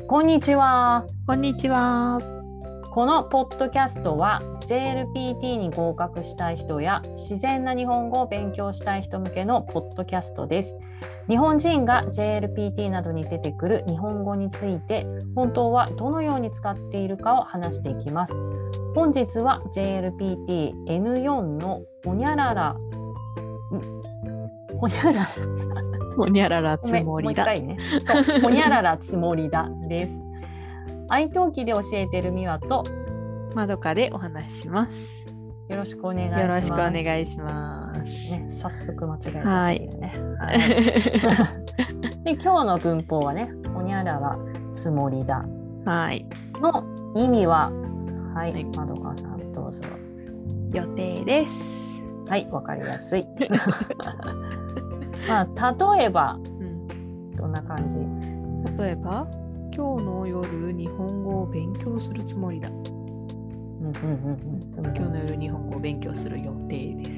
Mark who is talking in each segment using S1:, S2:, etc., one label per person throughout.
S1: こんにちは。
S2: こんにちは。
S1: このポッドキャストは JLPT に合格したい人や自然な日本語を勉強したい人向けのポッドキャストです。日本人が JLPT などに出てくる日本語について本当はどのように使っているかを話していきます。本日は JLPT N4 のほにゃらら
S2: つもりだ。
S1: もう一回ね。そう、ほにゃららつもりだです。愛登記で教えているミワと
S2: まどかでお話しします。
S1: よろしくお願いします。
S2: よろしくお願いします。
S1: ね、早速間違えたっていうね。はい。で、今日の文法はね、ほにゃららつもりだの意味は、はい、まどかさんどうぞ。
S2: 予定です。
S1: はい、わかりやすい。まあ、例えば、どんな感じ？
S2: 例えば、今日の夜日本語を勉強するつもりだ。今日の夜日本語を勉強する予定です。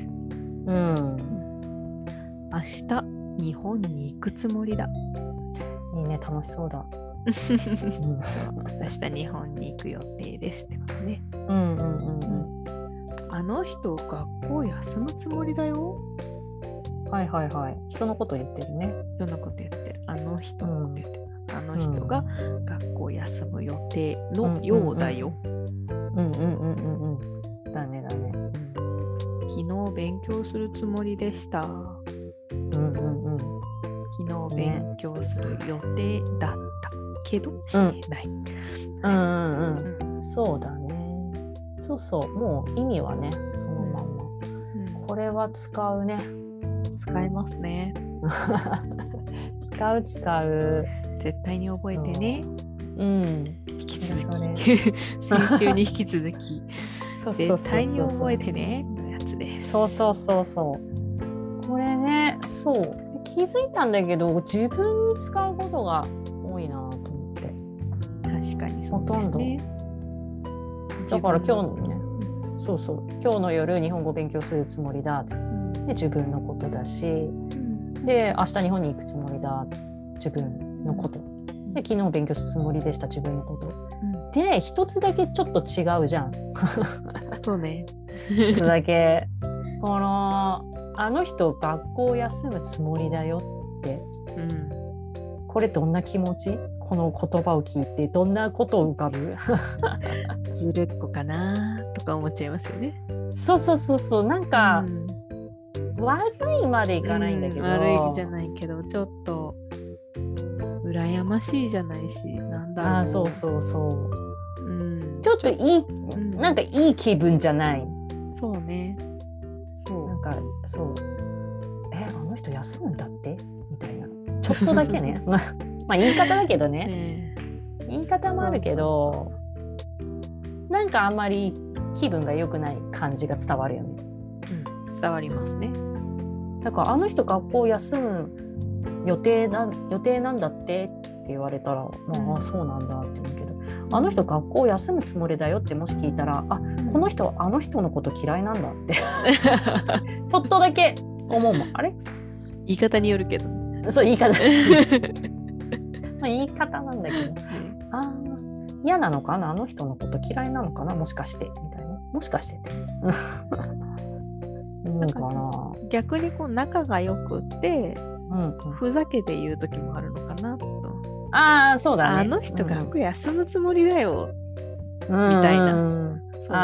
S2: 明日日本に行くつもりだ。
S1: いいね、楽しそうだ。
S2: 明日日本に行く予定ですってことね。あの人学校休むつもりだよ。
S1: はいはいはい。人のこと言ってるね。
S2: 人のこと言ってる。あの人のこと言ってる。あの人が学校休む予定のようだよ。
S1: だねだね。
S2: 昨日勉強するつもりでした。昨日勉強する予定だったけどしてない。
S1: そうだね。そうそう。もう意味はね、そのまんま。これは使うね。
S2: 使いますね。
S1: 使う。
S2: 絶対に覚えてね。引き続き。先週に引き続き。絶対に覚えてねのやつです。
S1: そう。これね、そう。気づいたんだけど、自分に使うことが多いなと思って。
S2: 確かにそうですね。
S1: だから今日のね、今日の夜日本語勉強するつもりだ。で自分のことだし、で明日日本に行くつもりだ。自分のこと。で昨日勉強するつもりでした。自分のこと。で一つだけちょっと違うじゃん。
S2: そうね。
S1: 一つだけあの人学校休むつもりだよって、これどんな気持ち？この言葉を聞いてどんなことを浮かぶ？
S2: ずるっこかなとか思っちゃいますよね。
S1: そうなんか、悪いまでいかないんだけど、
S2: 悪いじゃないけどちょっと羨ましいじゃないし、なんだろう。
S1: そう、ちょっといい、なんかいい気分じゃない。
S2: そうね。
S1: なんかあの人休むんだってみたいな、ちょっとだけね。まあ言い方だけどね。言い方もあるけど、なんかあんまり気分が良くない感じが伝わるよね。
S2: 伝わりますね。
S1: だからあの人学校休む予定なんだって言われたら、そうなんだって思うけど、あの人学校休むつもりだよってもし聞いたら、この人はあの人のこと嫌いなんだってちょっとだけ思うもん。あれ？
S2: 言い方によるけど。
S1: そう、言い方です言い方なんだけど、嫌なのかな、あの人のこと嫌いなのかな、もしかしてみたいな、もしかしてって思うかな。
S2: 逆に仲が良くってふざけて言う時もあるのかなと。
S1: そうだね。
S2: あの人学校休むつもりだよ、みたいな。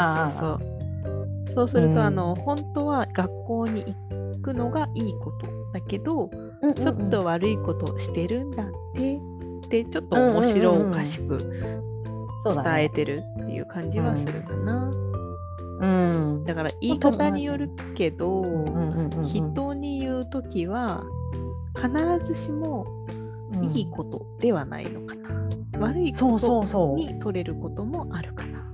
S2: そうすると本当は学校に行くのがいいことだけど、ちょっと悪いことをしてるんだってで、ちょっと面白おかしく伝えてるっていう感じはするかな。だから言い方によるけど、人に言うときは必ずしもいいことではないのかな。悪いことに取れることもあるかな。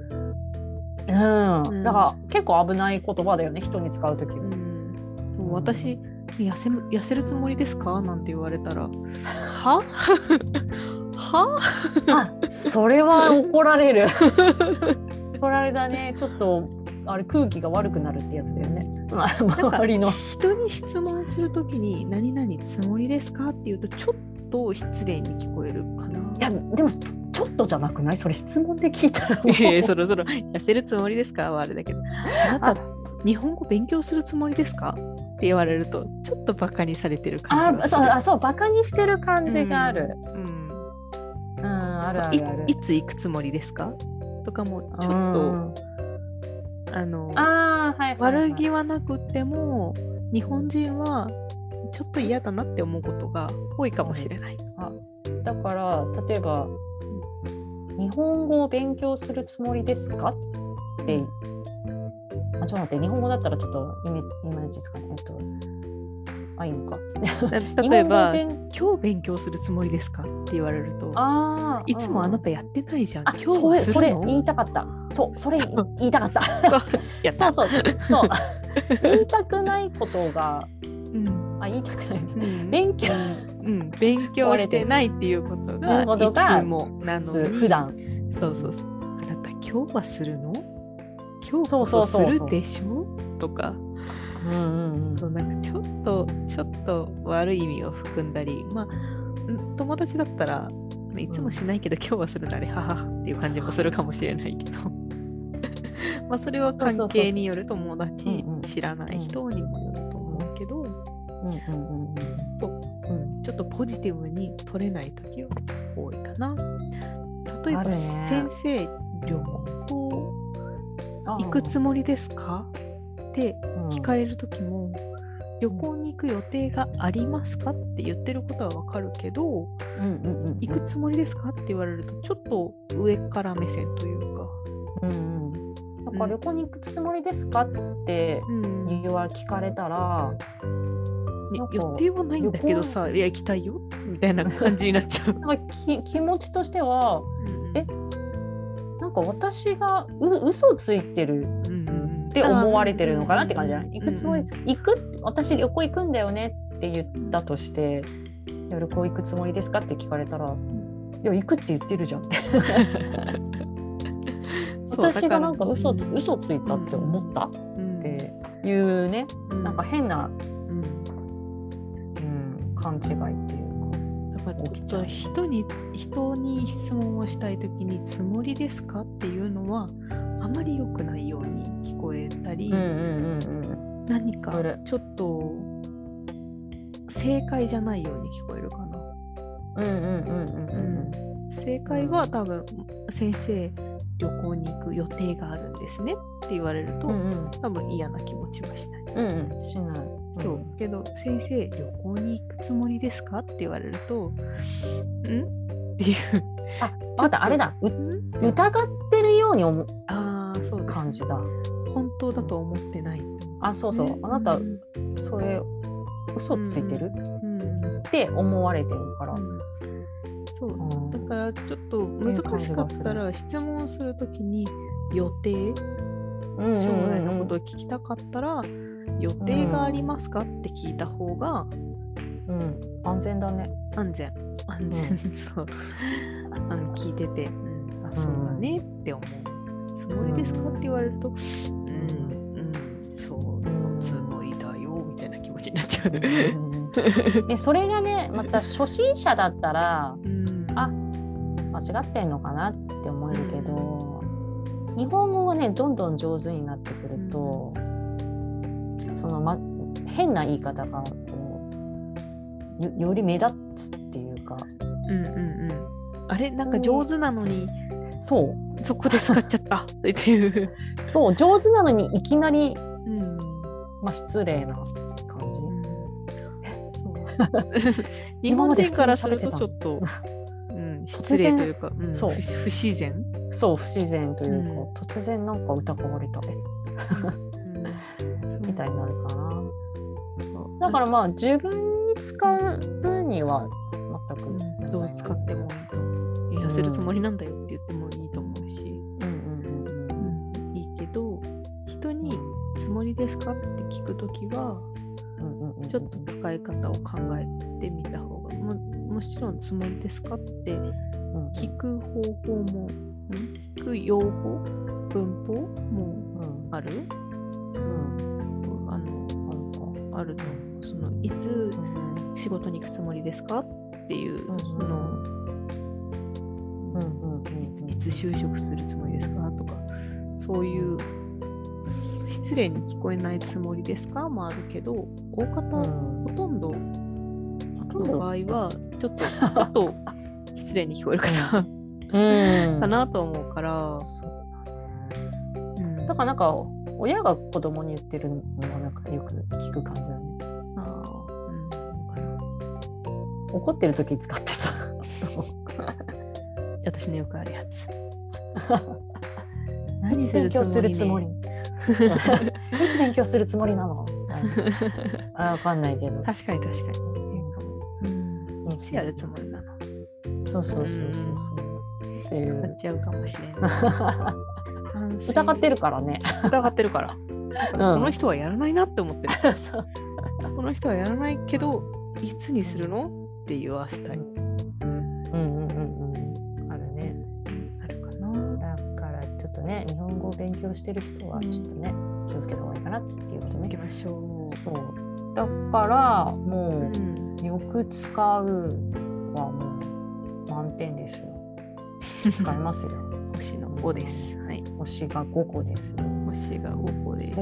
S1: だから結構危ない言葉だよね、人に使うとき。
S2: 私痩せるつもりですかなんて言われたらは
S1: それは怒られる。怒られだね。ちょっとあれ空気が悪くなるってやつだよね。周りの
S2: 人に質問するときに何々つもりですかって言うとちょっと失礼に聞こえるかな。
S1: いやでもちょっとじゃなくない？それ質問で聞いたら
S2: そろそろ痩せるつもりですかはあれだけど、あなた日本語勉強するつもりですかって言われるとちょっとバカにされてる感じが
S1: そうバカにしてる感じがある。あるあるある。
S2: いつ行くつもりですかとかもちょっと悪気はなくても日本人はちょっと嫌だなって思うことが多いかもしれない。
S1: だから例えば日本語を勉強するつもりですかって、ちょっと待って、日本語だったらちょっとイメージですかね。いいのか。
S2: 例えば今日勉強するつもりですかって言われると、いつもあなたやってないじゃん。今日はするの？
S1: それ言いたかった。それ言いたかった。そう。言いたくないことが、言いたくない。
S2: 勉強してないっていうことがいつもなのに、
S1: 普段。
S2: そう。あなた今日はするの？今日こそするでしょ？とか。そうなんかちょっと悪い意味を含んだり、友達だったらいつもしないけど今日はするなれははっていう感じもするかもしれないけどそれは関係による、友達知らない人にもよると思うけど、ちょっとポジティブに取れない時は多いかな。例えば、先生旅行行くつもりですかって聞かれる時も、旅行に行く予定がありますかって言ってることはわかるけど、行くつもりですかって言われるとちょっと上から目線というか、
S1: なんか旅行に行くつもりですかって聞かれたら、
S2: 予定はないんだけどさ、いや行きたいよみたいな感じになっちゃう。
S1: 気持ちとしては、なんか私が嘘ついてるって思われてるのかなって感じじゃない？行くつもり、私旅行行くんだよねって言ったとして、旅行行くつもりですかって聞かれたら、いや行くって言ってるじゃん。私がなんか嘘ついたって思ったっていうね、なんか変な勘違いっていうか、
S2: だからちょっと人に質問をしたいときにつもりですかっていうのはあまり良くないように聞こえたり、何かちょっと正解じゃないように聞こえるかな。正解は多分先生旅行に行く予定があるんですねって言われると、多分嫌な気持ちはしない。
S1: しない。
S2: そうけど先生旅行に行くつもりですかって言われるとっていう
S1: またあれだ、疑ってるように思う感じだ。
S2: 本当だと思ってない。
S1: そう、あなたそれ嘘ついてるって思われてるから。
S2: そうだからちょっと難しかったら質問するときに予定、将来のことを聞きたかったら予定がありますかって聞いた方が
S1: 安全だね。
S2: 安全そう聞いてて、そうだねって思う。つもりですかって言われるとそうつもりだよみたいな気持ちになっちゃう。
S1: それがねまた初心者だったら間違ってんのかなって思えるけど、日本語がねどんどん上手になってくると、変な言い方がより目立つっていうか、
S2: あれなんか上手なのに
S1: そ
S2: こで使っちゃったっていう
S1: そう上手なのにいきなり、失礼な感じ。
S2: 日本人からするとちょっと失礼というか、不自然
S1: というか、突然なんか疑われたみたいになるかな。だから自分に使う分には全く
S2: どう使ってもいいと、痩せるつもりなんだよって言ってもいいと思うし、いいけど人につもりですかって聞くときはちょっと使い方を考えてみた方が、もちろんつもりですかって聞く方法も、聞く用法文法もある、あると思う。いつ仕事に行くつもりですかっっていう、
S1: うん
S2: その、いつ就職するつもりですかとか、そういう失礼に聞こえないつもりですかもあるけど、大方、ほとんどの場合はちょっと失礼に聞こえる方かなと思うから、
S1: だからなんか親が子供に言ってるのがなんかよく聞く感じだね。怒ってる時使ってさ
S2: 私のよくあるやつ
S1: 何勉強するつもりいつ勉強するつもりなのわかんないけど、
S2: 確かにいつやるつもりなの、
S1: そうっていう
S2: なっちゃうかもしれない
S1: 疑ってるからね
S2: 疑ってるからこの人はやらないなって思ってるこの人はやらないけどいつにするのって言わせたい。
S1: あるね。
S2: あるかな。
S1: だからちょっとね、日本語を勉強してる人はちょっとね、気をつけた方がいいかなっていうことね。
S2: 気をつけましょう。
S1: そう。だからもう、よく使うはもう満点ですよ。使いますよ。
S2: 星の5です。はい。
S1: 星が5個ですよ。
S2: 星が5個です。
S1: そう。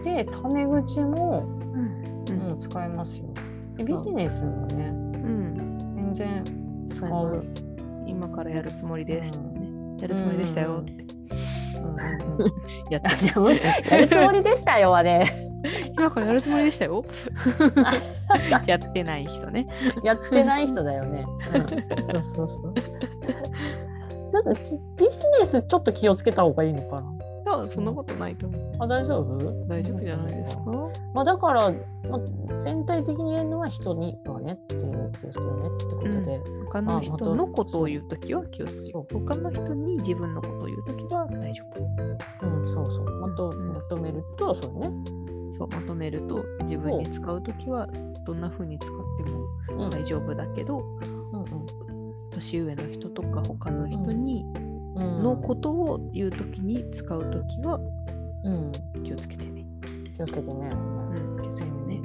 S1: で、タメ口も、もう使えますよ。ビジネスもね、全然使う。
S2: 今からやるつもりです、やるつもりでしたよって。
S1: やるつもりでしたよはね。
S2: 今からやるつもりでしたよ。やってない人ね。
S1: やってない人だよね。そう。ちょっとビジネスちょっと気をつけた方がいいのかな。
S2: そんなことないと思う。
S1: 大丈夫？
S2: 大丈夫じゃないですか。
S1: だから、全体的に言えるのは人にはねっていう気をつけようねってことで、
S2: 他の人のことを言うときは気をつけよう。他の人に自分のことを言うときは大丈夫。
S1: そうまとめるとそうね。
S2: そうまとめると自分に使うときはどんな風に使っても大丈夫だけど、年上の人とか他の人にのことを言うときに使うときは気をつけてね。
S1: 気をつけてね。
S2: 気をつけてね。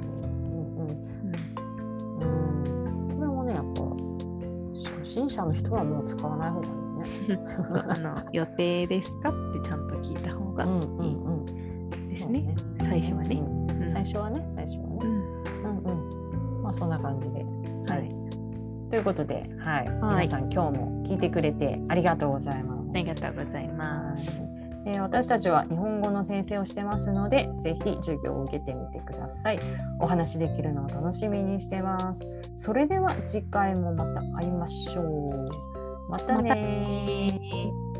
S1: これもねやっぱ初心者の人はもう使わない方がいいね。
S2: 予定ですかってちゃんと聞いた方がいいですね。最初はね。
S1: 最初はね。まあそんな感じで。はい。ということで、皆さん今日も聞いてくれてありがとうございます。
S2: ありがとうございます。
S1: 私たちは日本語の先生をしてますので、ぜひ授業を受けてみてください。お話できるのを楽しみにしてます。それでは次回もまた会いましょう。またね。